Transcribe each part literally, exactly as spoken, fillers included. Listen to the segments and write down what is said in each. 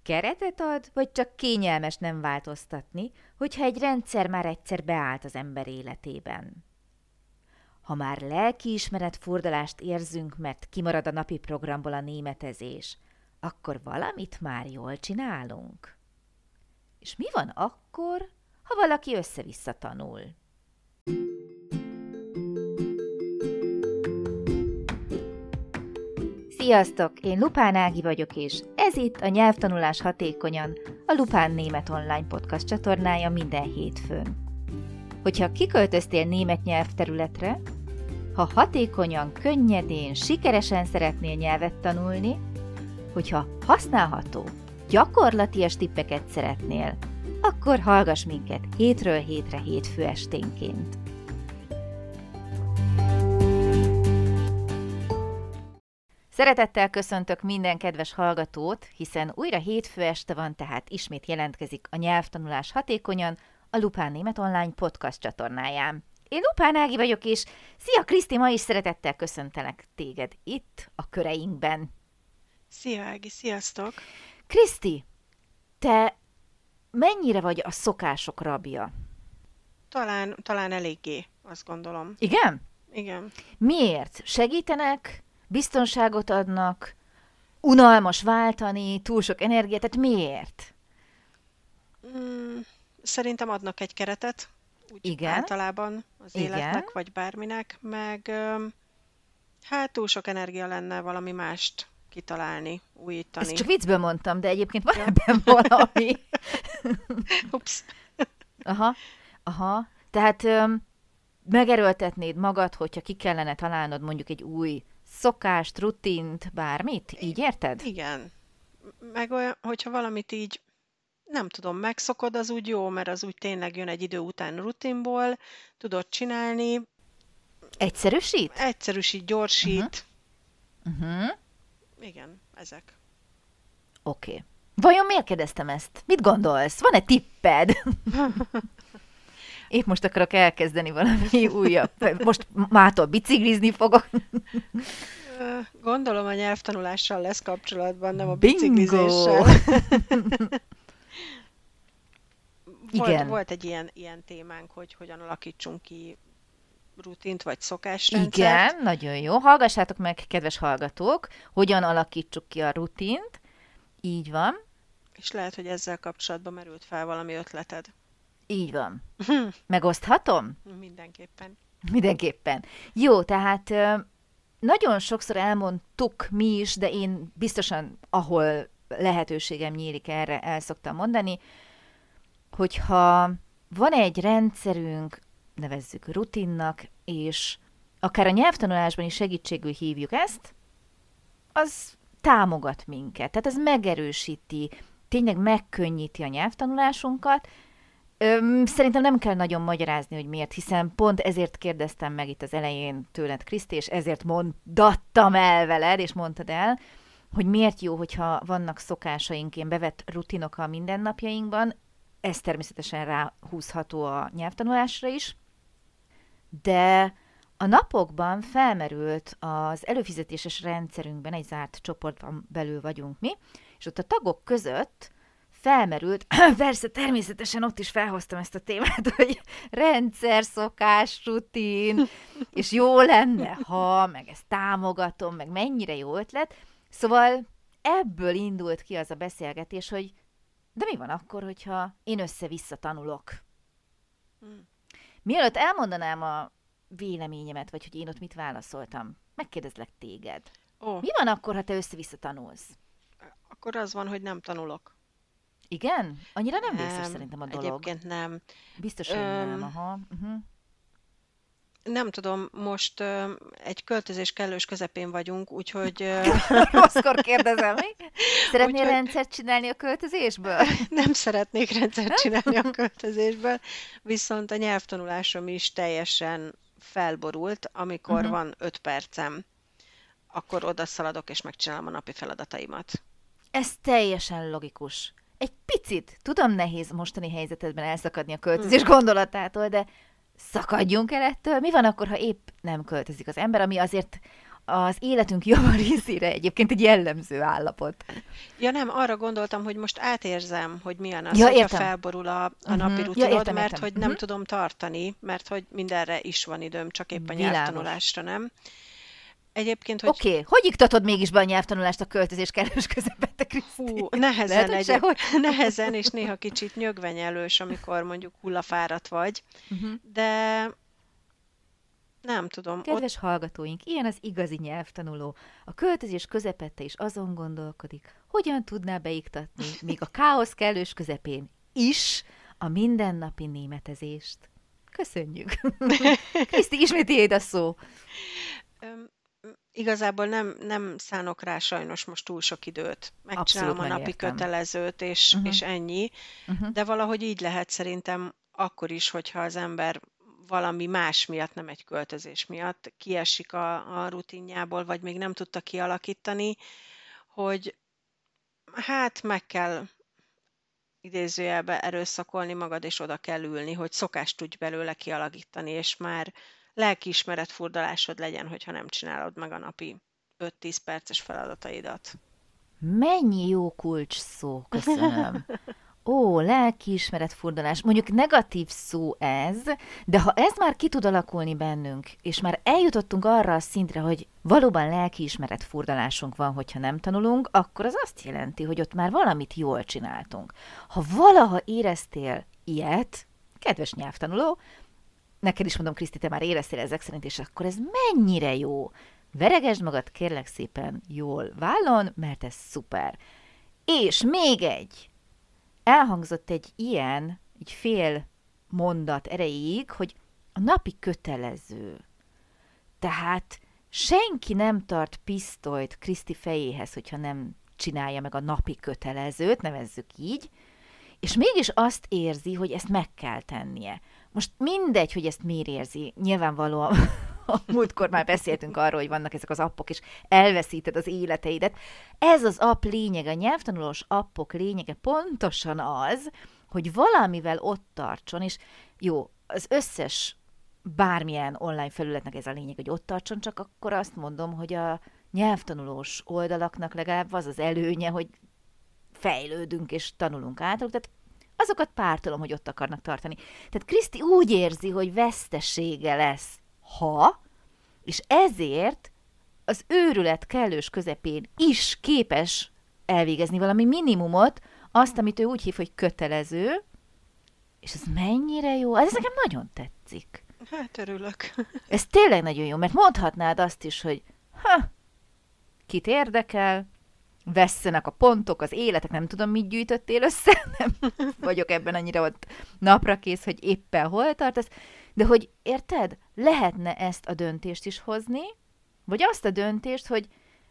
keretet ad, vagy csak kényelmes nem változtatni, hogyha egy rendszer már egyszer beállt az ember életében? Ha már lelkiismeret furdalást érzünk, mert kimarad a napi programból a németezés, akkor valamit már jól csinálunk. És mi van akkor, ha valaki össze-vissza tanul? Sziasztok! Én Lupán Ági vagyok, és ez itt a Nyelvtanulás hatékonyan, a Lupán Német Online Podcast csatornája minden hétfőn. Hogyha kiköltöztél német nyelvterületre, ha hatékonyan, könnyedén, sikeresen szeretnél nyelvet tanulni, hogyha használható, gyakorlatias tippeket szeretnél, akkor hallgass minket hétről hétre hétfő esténként. Szeretettel köszöntök minden kedves hallgatót, hiszen újra hétfő este van, tehát ismét jelentkezik a Nyelvtanulás hatékonyan a Lupán Német Online Podcast csatornáján. Én Lupán Ági vagyok, és szia Kriszti, ma is szeretettel köszöntelek téged itt a köreinkben. Szia Ági, sziasztok! Kriszti, te mennyire vagy a szokások rabja? Talán, talán eléggé, azt gondolom. Igen? Igen. Miért? Segítenek? Biztonságot adnak? Unalmas váltani? Túl sok energiát? Tehát miért? Mm, szerintem adnak egy keretet, úgy Igen. általában az Igen. életnek, vagy bárminek, meg öm, hát túl sok energia lenne valami mást kitalálni, újítani. Ezt csak viccből mondtam, de egyébként van Ja. ebben valami. Ups. Aha, aha. Tehát öm, megerőltetnéd magad, hogyha ki kellene találnod mondjuk egy új szokást, rutint, bármit? Így érted? Igen. Meg olyan, hogyha valamit így, nem tudom, megszokod, az úgy jó, mert az úgy tényleg jön egy idő után rutinból, tudod csinálni, Egyszerűsít? egyszerűsít, gyorsít. Uh-huh. Igen, ezek. Oké. Okay. Vajon miért kérdeztem ezt? Mit gondolsz? Van-e tipped? Épp most akarok elkezdeni valami újabb. Most mától biciklizni fogok. Ö, Gondolom a nyelvtanulással lesz kapcsolatban, nem a Bingo! biciklizéssel. Volt, Igen. volt egy ilyen, ilyen témánk, hogy hogyan alakítsunk ki rutint vagy szokásrendszert. Igen, nagyon jó. Hallgassátok meg, kedves hallgatók, hogyan alakítsuk ki a rutint. Így van. És lehet, hogy ezzel kapcsolatban merült fel valami ötleted. Így van. Megoszthatom? Mindenképpen. Mindenképpen. Jó, tehát ö, nagyon sokszor elmondtuk mi is, de én biztosan, ahol lehetőségem nyílik erre, el szoktam mondani, hogyha van egy rendszerünk, nevezzük rutinnak, és akár a nyelvtanulásban is segítségül hívjuk ezt, az támogat minket. Tehát ez megerősíti, tényleg megkönnyíti a nyelvtanulásunkat. Öm, szerintem nem kell nagyon magyarázni, hogy miért, hiszen pont ezért kérdeztem meg itt az elején tőled, Kriszti, és ezért mondattam el veled, és mondtad el, hogy miért jó, hogyha vannak szokásaink, ilyen bevett rutinok a mindennapjainkban. Ez természetesen ráhúzható a nyelvtanulásra is, de a napokban felmerült az előfizetéses rendszerünkben, egy zárt csoportban belül vagyunk mi, és ott a tagok között felmerült, persze természetesen ott is felhoztam ezt a témát, hogy rendszer, szokás, rutin, és jó lenne, ha, meg ezt támogatom, meg mennyire jó ötlet. Szóval ebből indult ki az a beszélgetés, hogy de mi van akkor, hogyha én össze-vissza tanulok? Hmm. Mielőtt elmondanám a véleményemet, vagy hogy én ott mit válaszoltam, megkérdezlek téged. Ó, Mi van akkor, ha te össze-vissza tanulsz? akkor az van, hogy nem tanulok. Igen? Annyira nem vészes Nem, szerintem a dolog. egyébként nem. Biztos, hogy Öm, nem. Aha. Uh-huh. Nem tudom, most ö, egy költözés kellős közepén vagyunk, úgyhogy ö, Rosszkor kérdezem, mi? Szeretnél Úgyhogy- rendszert csinálni a költözésből? nem szeretnék rendszert csinálni a költözésből, viszont a nyelvtanulásom is teljesen felborult, amikor Mhm. van öt percem, akkor odaszaladok és megcsinálom a napi feladataimat. Ez teljesen logikus. Egy picit, tudom nehéz mostani helyzetedben elszakadni a költözés gondolatától, de szakadjunk el ettől. Mi van akkor, ha épp nem költözik az ember, ami azért az életünk java részére egyébként egy jellemző állapot. Ja nem, arra gondoltam, hogy most átérzem, hogy milyen az, Ja, hogyha értem. felborul a, a Uh-huh. napi Ja, rutinod, értem, mert értem. hogy nem Uh-huh. tudom tartani, mert hogy mindenre is van időm, csak épp a Világos. nyelvtanulásra nem. Egyébként, hogy Oké, okay. Hogy iktatod mégis be a nyelvtanulást a költözés kellős közepette, Kriszti? hú, nehezen, Lehet, hogy egy, sehogy. nehezen, és néha kicsit nyögvenyelős, amikor mondjuk hullafáradt vagy, Uh-huh. de nem tudom. Kedves hallgatóink, ilyen az igazi nyelvtanuló. A költözés közepette is azon gondolkodik, hogyan tudná beiktatni, még a káosz kellős közepén is, a mindennapi németezést. Köszönjük! Kriszti, ismét tiéd a szó. Öm, Igazából nem, nem szánok rá sajnos most túl sok időt. Megcsinálom a napi megértem. kötelezőt, és, Uh-huh. és ennyi. Uh-huh. De valahogy így lehet szerintem akkor is, hogyha az ember valami más miatt, nem egy költözés miatt kiesik a, a rutinjából, vagy még nem tudta kialakítani, hogy hát meg kell idézőjelbe erőszakolni magad, és oda kell ülni, hogy szokást tudj belőle kialakítani, és már lelkiismeret furdalásod legyen, hogyha nem csinálod meg a napi öt-tíz perces feladataidat. Mennyi jó kulcs szó, köszönöm. Ó, lelkiismeretfurdalás. Mondjuk negatív szó ez, de ha ez már ki tud alakulni bennünk, és már eljutottunk arra a szintre, hogy valóban lelkiismeretfurdalásunk van, hogyha nem tanulunk, akkor az azt jelenti, hogy ott már valamit jól csináltunk. Ha valaha éreztél ilyet, kedves nyelvtanuló, neked is mondom, Kriszti, te már éreztél ezek szerint, és akkor ez mennyire jó. Veregesd magad kérlek szépen jól vállon, mert ez szuper. És még egy, elhangzott egy ilyen, egy fél mondat erejéig, hogy a napi kötelező. Tehát senki nem tart pisztolyt Kriszti fejéhez, hogyha nem csinálja meg a napi kötelezőt, nevezzük így, és mégis azt érzi, hogy ezt meg kell tennie. Most mindegy, hogy ezt miért érzi. Nyilvánvalóan a múltkor már beszéltünk arról, hogy vannak ezek az appok, és elveszíted az életeidet. Ez az app lényege, a nyelvtanulós appok lényege pontosan az, hogy valamivel ott tartson, és jó, az összes bármilyen online felületnek ez a lényeg, hogy ott tartson, csak akkor azt mondom, hogy a nyelvtanulós oldalaknak legalább az az előnye, hogy fejlődünk és tanulunk általuk, tehát azokat pártolom, hogy ott akarnak tartani. Tehát Kriszti úgy érzi, hogy vesztesége lesz, ha, és ezért az őrület kellős közepén is képes elvégezni valami minimumot, azt, amit ő úgy hív, hogy kötelező, és ez mennyire jó, ez nekem nagyon tetszik. Hát örülök. Ez tényleg nagyon jó, mert mondhatnád azt is, hogy ha, kit érdekel, vesszenek a pontok, az életek, nem tudom, mit gyűjtöttél össze, nem vagyok ebben annyira ott napra kész, hogy éppen hol tartasz, de hogy érted, lehetne ezt a döntést is hozni, vagy azt a döntést, hogy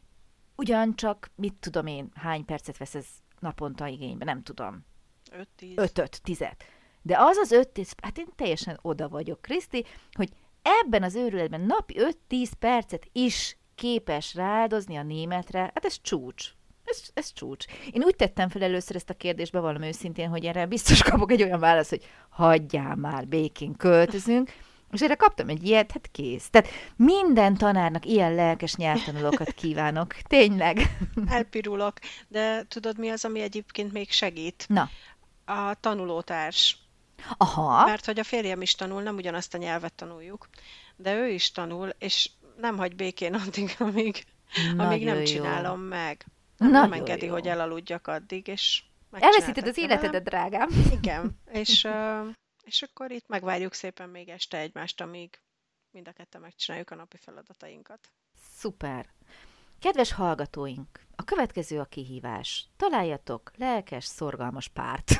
ugyancsak, mit tudom én, hány percet vesz ez naponta igénybe, nem tudom. öt-tíz. Ötöt, tizet. De az az öt-tíz, hát én teljesen oda vagyok, Kriszti, hogy ebben az őrületben napi öt-tíz percet is képes rááldozni a németre, hát ez csúcs. Ez, ez csúcs. Én úgy tettem fel először ezt a kérdést, bevallom őszintén, hogy erre biztos kapok egy olyan választ, hogy hagyjál már, békén költözünk, és erre kaptam egy ilyet, hát kész. Tehát minden tanárnak ilyen lelkes nyelvtanulókat kívánok. Tényleg. Elpirulok, de tudod mi az, ami egyébként még segít? Na. A tanulótárs. Aha. Mert hogy a férjem is tanul, nem ugyanazt a nyelvet tanuljuk, de ő is tanul, és nem hagy békén addig, amíg, amíg nem jó. csinálom meg. Nem, nem engedi, jó. hogy elaludjak addig, és elveszíted az életedet, drágám. Igen, és, uh, és akkor itt megvárjuk szépen még este egymást, amíg mind a ketten megcsináljuk a napi feladatainkat. Szuper. Kedves hallgatóink, a következő a kihívás. Találjatok lelkes, szorgalmas párt.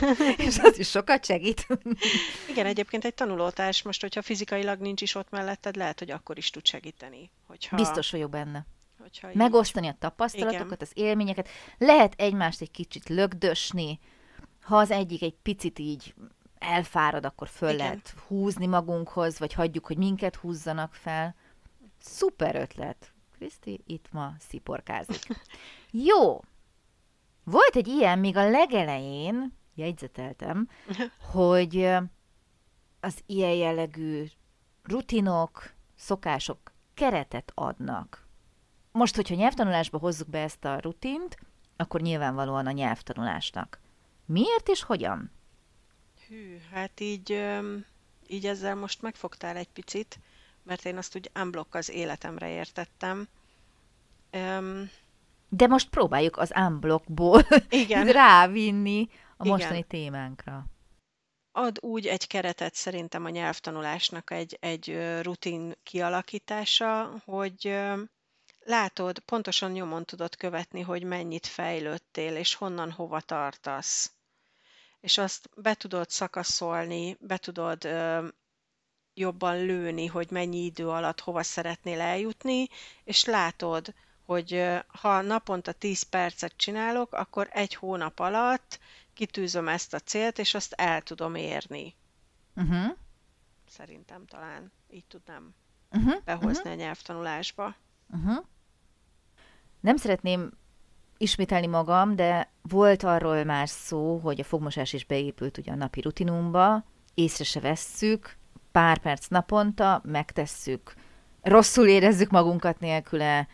És az is sokat segít. Igen, egyébként egy tanulótárs, most, hogyha fizikailag nincs is ott melletted, lehet, hogy akkor is tud segíteni. Hogyha... Biztos vagyok benne. Hogyha megosztani a tapasztalatokat, igen. az élményeket. Lehet egymást egy kicsit lögdösni. Ha az egyik egy picit így elfárad, akkor föl igen. lehet húzni magunkhoz, vagy hagyjuk, hogy minket húzzanak fel. Szuper ötlet. Kriszti itt ma sziporkázik. Jó. Volt egy ilyen még a legelején, jegyzeteltem, hogy az ilyen jellegű rutinok, szokások keretet adnak. most, hogyha nyelvtanulásba hozzuk be ezt a rutint, akkor nyilvánvalóan a nyelvtanulásnak. Miért és hogyan? Hű, hát így, öm, így ezzel most megfogtál egy picit, mert én azt úgy unblock az életemre értettem. Öm, De most próbáljuk az unblockból igen, rávinni a igen. mostani témánkra. Ad úgy egy keretet szerintem a nyelvtanulásnak egy, egy ö, rutin kialakítása, hogy ö, látod, pontosan nyomon tudod követni, hogy mennyit fejlődtél, és honnan hova tartasz. És azt be tudod szakaszolni, be tudod ö, jobban lőni, hogy mennyi idő alatt hova szeretnél eljutni, és látod, hogy ö, ha naponta tíz percet csinálok, akkor egy hónap alatt kitűzöm ezt a célt, és azt el tudom érni. Uh-huh. Szerintem talán így tudnám Uh-huh. behozni a nyelvtanulásba. Uh-huh. Nem szeretném ismételni magam, de volt arról már szó, hogy a fogmosás is beépült ugye a napi rutinunkba, észre se vesszük, pár perc naponta, megtesszük, rosszul érezzük magunkat nélküle,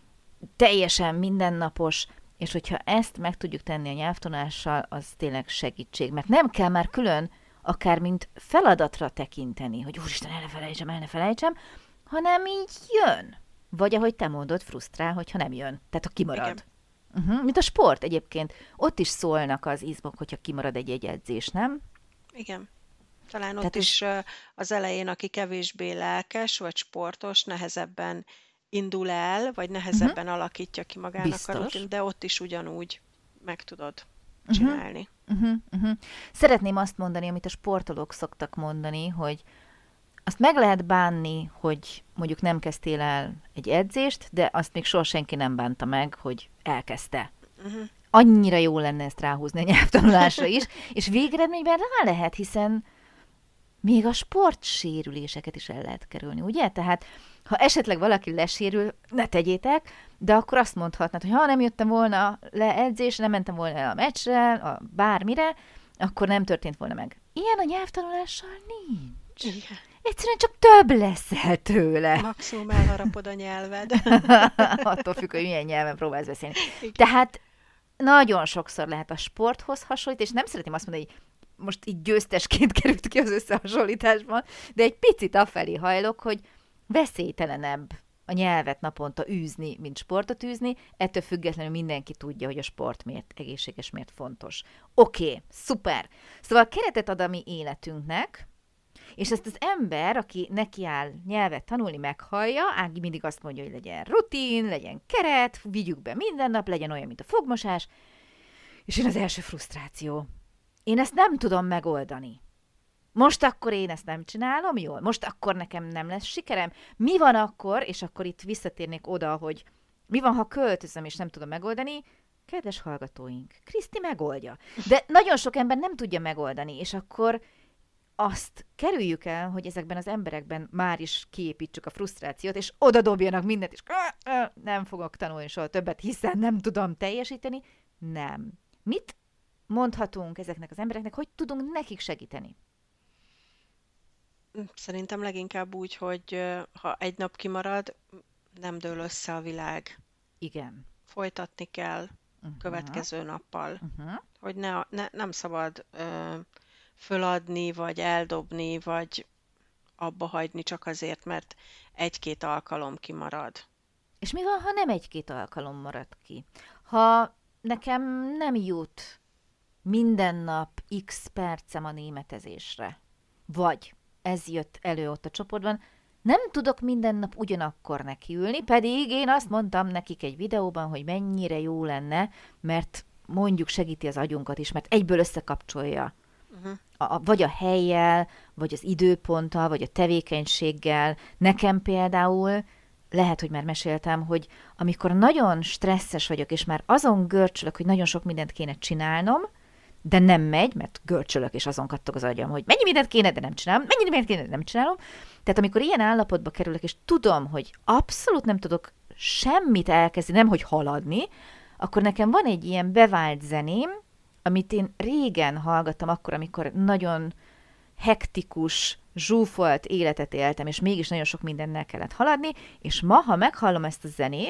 teljesen mindennapos, és hogyha ezt meg tudjuk tenni a nyelvtanulással, az tényleg segítség, mert nem kell már külön akár mint feladatra tekinteni, hogy úristen, el ne felejtsem, el ne felejtsem, hanem így jön. Vagy ahogy te mondod, frusztrál, hogyha nem jön. Tehát ha kimarad. Igen. Uh-huh. Mint a sport egyébként. Ott is szólnak az izmok, hogyha kimarad egy-egy edzés, nem? Igen. Talán ott Tehát ez- is ö, az elején, aki kevésbé lelkes vagy sportos, nehezebben indul el, vagy nehezebben alakítja ki magának a Biztos. rutin, de ott is ugyanúgy meg tudod Mhm. csinálni. Uh-huh, uh-huh. Szeretném azt mondani, amit a sportolók szoktak mondani, hogy azt meg lehet bánni, hogy mondjuk nem kezdtél el egy edzést, de azt még soha senki nem bánta meg, hogy elkezdte. Uh-huh. Annyira jó lenne ezt ráhúzni a nyelvtanulásra is, és végeredményben rá lehet, hiszen még a sportsérüléseket is el lehet kerülni, ugye? Tehát, ha esetleg valaki lesérül, ne tegyétek, de akkor azt mondhatnád, hogy ha nem jöttem volna le edzésre, nem mentem volna el a meccsre, a bármire, akkor nem történt volna meg. Ilyen a nyelvtanulással nincs. Igen. Egyszerűen csak több leszel tőle. Maximum elharapod a nyelved. Attól függ, hogy milyen nyelven próbálsz beszélni. Igen. Tehát nagyon sokszor lehet a sporthoz hasonlítani, és nem szeretném azt mondani, hogy most így győztesként került ki az összehasonlításban, de egy picit afelé hajlok, hogy veszélytelenebb a nyelvet naponta űzni, mint sportot űzni, ettől függetlenül mindenki tudja, hogy a sport miért egészséges, miért fontos. Oké, okay, szuper. Szóval keretet ad a mi életünknek, és ezt az ember, aki nekiáll nyelvet tanulni, meghallja, Ági mindig azt mondja, hogy legyen rutin, legyen keret, vigyük be minden nap, legyen olyan, mint a fogmosás, és jön az első frusztráció. Én ezt nem tudom megoldani. Most akkor én ezt nem csinálom jól, most akkor nekem nem lesz sikerem. Mi van akkor, és akkor itt visszatérnék oda, hogy mi van, ha költözöm, és nem tudom megoldani? Kedves hallgatóink, Kriszti megoldja. De nagyon sok ember nem tudja megoldani, és akkor azt kerüljük el, hogy ezekben az emberekben már is kiépítsük a frusztrációt, és oda dobjanak mindent, és nem fogok tanulni soha többet, hiszen nem tudom teljesíteni. Nem. Mit mondhatunk ezeknek az embereknek, hogy tudunk nekik segíteni? Szerintem leginkább úgy, hogy ö, ha egy nap kimarad, nem dől össze a világ. Igen. Folytatni kell Uh-huh. következő nappal. Uh-huh. Hogy ne, ne, nem szabad ö, föladni, vagy eldobni, vagy abba hagyni csak azért, mert egy-két alkalom kimarad. És mi van, ha nem egy-két alkalom marad ki? Ha nekem nem jut minden nap x percem a németezésre, vagy ez jött elő ott a csoportban, nem tudok minden nap ugyanakkor nekiülni, pedig én azt mondtam nekik egy videóban, hogy mennyire jó lenne, mert mondjuk segíti az agyunkat is, mert egyből összekapcsolja. Uh-huh. A, vagy a helyjel, vagy az időponttal, vagy a tevékenységgel. Nekem például, lehet, hogy már meséltem, hogy amikor nagyon stresszes vagyok, és már azon görcsölök, hogy nagyon sok mindent kéne csinálnom, de nem megy, mert görcsölök, és azon kattog az agyam, hogy mennyi mindent kéne, de nem csinálom, mennyi mindent kéne, de nem csinálom. Tehát amikor ilyen állapotba kerülök, és tudom, hogy abszolút nem tudok semmit elkezdeni, nem hogy haladni, akkor nekem van egy ilyen bevált zeném, amit én régen hallgattam akkor, amikor nagyon hektikus, zsúfolt életet éltem, és mégis nagyon sok mindennel kellett haladni, és ma, ha meghallom ezt a zenét,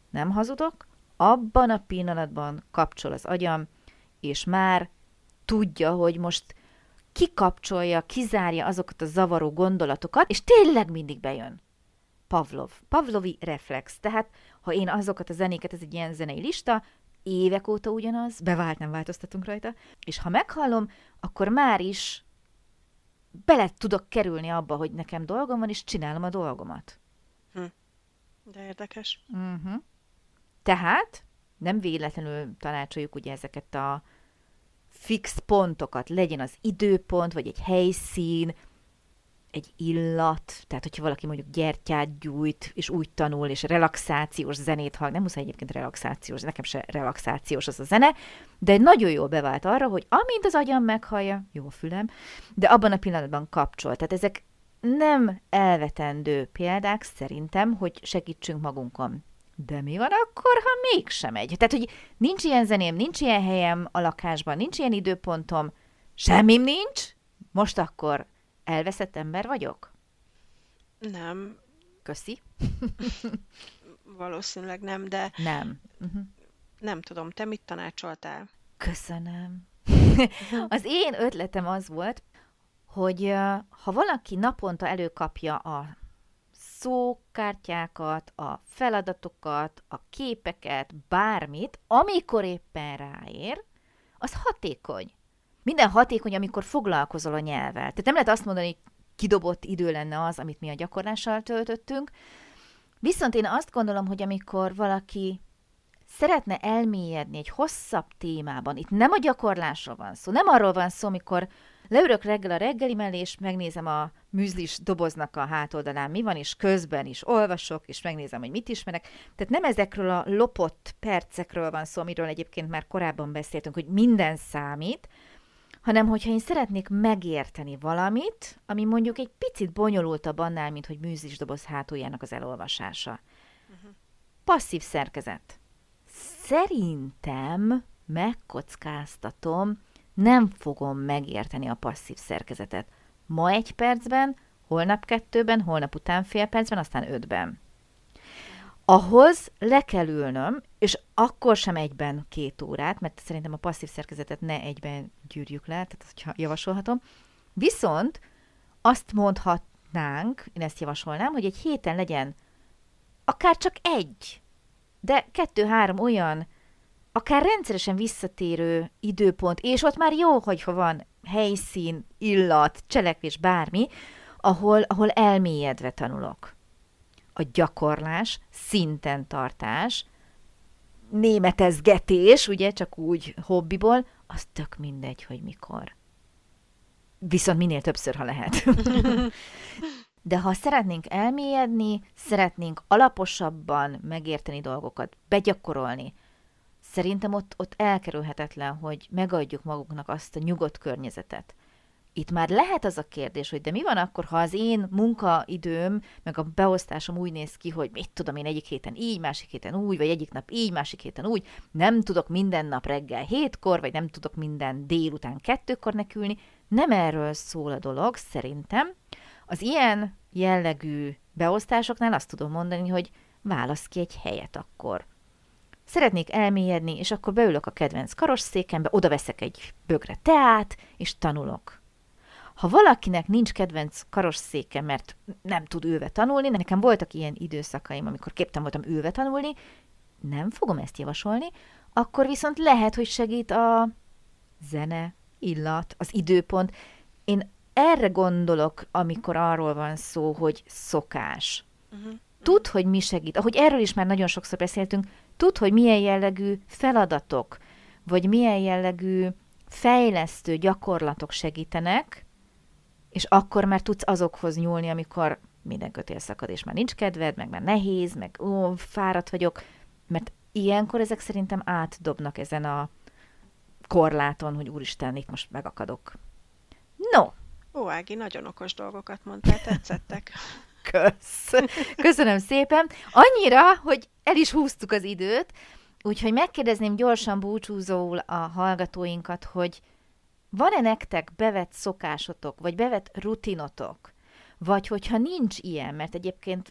nem hazudok, abban a pillanatban kapcsol az agyam, és már tudja, hogy most kikapcsolja, kizárja azokat a zavaró gondolatokat, és tényleg mindig bejön. Pavlov. Pavlovi reflex. Tehát, ha én azokat a zenéket, ez egy ilyen zenei lista, évek óta ugyanaz, bevált, nem változtatunk rajta, és ha meghallom, akkor már is bele tudok kerülni abba, hogy nekem dolgom van, és csinálom a dolgomat. Hm. De érdekes. Uh-huh. Tehát nem véletlenül tanácsoljuk ugye ezeket a fix pontokat, legyen az időpont, vagy egy helyszín, egy illat, tehát hogyha valaki mondjuk gyertyát gyújt, és úgy tanul, és relaxációs zenét hall, nem muszáj egyébként relaxációs, nekem se relaxációs az a zene, de nagyon jól bevált arra, hogy amint az agyam meghallja, jó a fülem, de abban a pillanatban kapcsol. Tehát ezek nem elvetendő példák szerintem, hogy segítsünk magunkon. De mi van akkor, ha mégsem megy? Tehát, hogy nincs ilyen zeném, nincs ilyen helyem a lakásban, nincs ilyen időpontom, semmim nincs, most akkor elveszett ember vagyok? Nem. Köszi. Valószínűleg nem, de Nem. Uh-huh. nem tudom, te mit tanácsoltál? Köszönöm. Az én ötletem az volt, hogy uh, ha valaki naponta előkapja a szókártyákat, a feladatokat, a képeket, bármit, amikor éppen ráér, az hatékony. Minden hatékony, amikor foglalkozol a nyelvvel. Tehát nem lehet azt mondani, hogy kidobott idő lenne az, amit mi a gyakorlással töltöttünk. Viszont én azt gondolom, hogy amikor valaki szeretne elmélyedni egy hosszabb témában, itt nem a gyakorlásról van szó, nem arról van szó, amikor leülök reggel a reggeli mellé, és megnézem a műzlis doboznak a hátoldalán mi van, és közben is olvasok, és megnézem, hogy mit ismerek. Tehát nem ezekről a lopott percekről van szó, amiről egyébként már korábban beszéltünk, hogy minden számít, hanem hogyha én szeretnék megérteni valamit, ami mondjuk egy picit bonyolultabb annál, mint hogy műzlisdoboz hátuljának az elolvasása. Uh-huh. Passzív szerkezet. Szerintem, megkockáztatom, nem fogom megérteni a passzív szerkezetet. Ma egy percben, holnap kettőben, holnap után fél percben, aztán ötben. Ahhoz le kell ülnöm, és akkor sem egyben két órát, mert szerintem a passzív szerkezetet ne egyben gyűrjük le, tehát hogyha javasolhatom. Viszont azt mondhatnánk, én ezt javasolnám, hogy egy héten legyen akár csak egy, de kettő-három olyan, akár rendszeresen visszatérő időpont, és ott már jó, hogyha van helyszín, illat, cselekvés, bármi, ahol, ahol elmélyedve tanulok. A gyakorlás, szinten tartás, németezgetés, ugye, csak úgy hobbiból, az tök mindegy, hogy mikor. Viszont minél többször, ha lehet. De ha szeretnénk elmélyedni, szeretnénk alaposabban megérteni dolgokat, begyakorolni, szerintem ott, ott elkerülhetetlen, hogy megadjuk magunknak azt a nyugodt környezetet. Itt már lehet az a kérdés, hogy de mi van akkor, ha az én munkaidőm, meg a beosztásom úgy néz ki, hogy mit tudom én, egyik héten így, másik héten úgy, vagy egyik nap így, másik héten úgy, nem tudok minden nap reggel hétkor, vagy nem tudok minden délután kettőkor nekülni. Nem erről szól a dolog, szerintem. Az ilyen jellegű beosztásoknál azt tudom mondani, hogy válasz ki egy helyet akkor. Szeretnék elmélyedni, és akkor beülök a kedvenc karosszékembe, oda veszek egy bögre teát, és tanulok. Ha valakinek nincs kedvenc karosszéke, mert nem tud ülve tanulni, nekem voltak ilyen időszakaim, amikor képtem voltam ülve tanulni, nem fogom ezt javasolni, akkor viszont lehet, hogy segít a zene, illat, az időpont. Én erre gondolok, amikor arról van szó, hogy szokás. Uh-huh. Tud, hogy mi segít. Ahogy erről is már nagyon sokszor beszéltünk, tud, hogy milyen jellegű feladatok, vagy milyen jellegű fejlesztő gyakorlatok segítenek, és akkor már tudsz azokhoz nyúlni, amikor minden kötél szakad, és már nincs kedved, meg már nehéz, meg ó, fáradt vagyok, mert ilyenkor ezek szerintem átdobnak ezen a korláton, hogy úristen, itt most megakadok. No! Ó, Ági, nagyon okos dolgokat mondtál, tetszettek. Kösz. Köszönöm szépen. Annyira, hogy el is húztuk az időt, úgyhogy megkérdezném gyorsan búcsúzóul a hallgatóinkat, hogy van-e nektek bevett szokásotok, vagy bevett rutinotok, vagy hogyha nincs ilyen, mert egyébként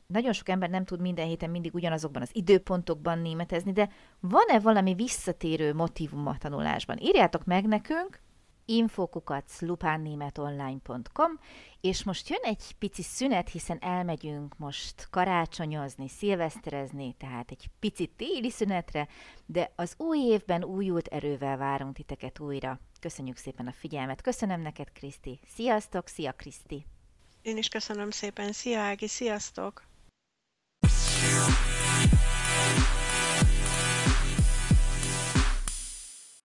nagyon sok ember nem tud minden héten mindig ugyanazokban az időpontokban németezni, de van-e valami visszatérő motívum a tanulásban? Írjátok meg nekünk, info kukac lupánnémetonline pont com, és most jön egy pici szünet, hiszen elmegyünk most karácsonyozni, szilveszterezni, tehát egy pici téli szünetre, de az új évben újult erővel várunk titeket újra. Köszönjük szépen a figyelmet. Köszönöm neked, Kriszti. Sziasztok, szia, Kriszti. Én is köszönöm szépen. Szia, Ági, sziasztok!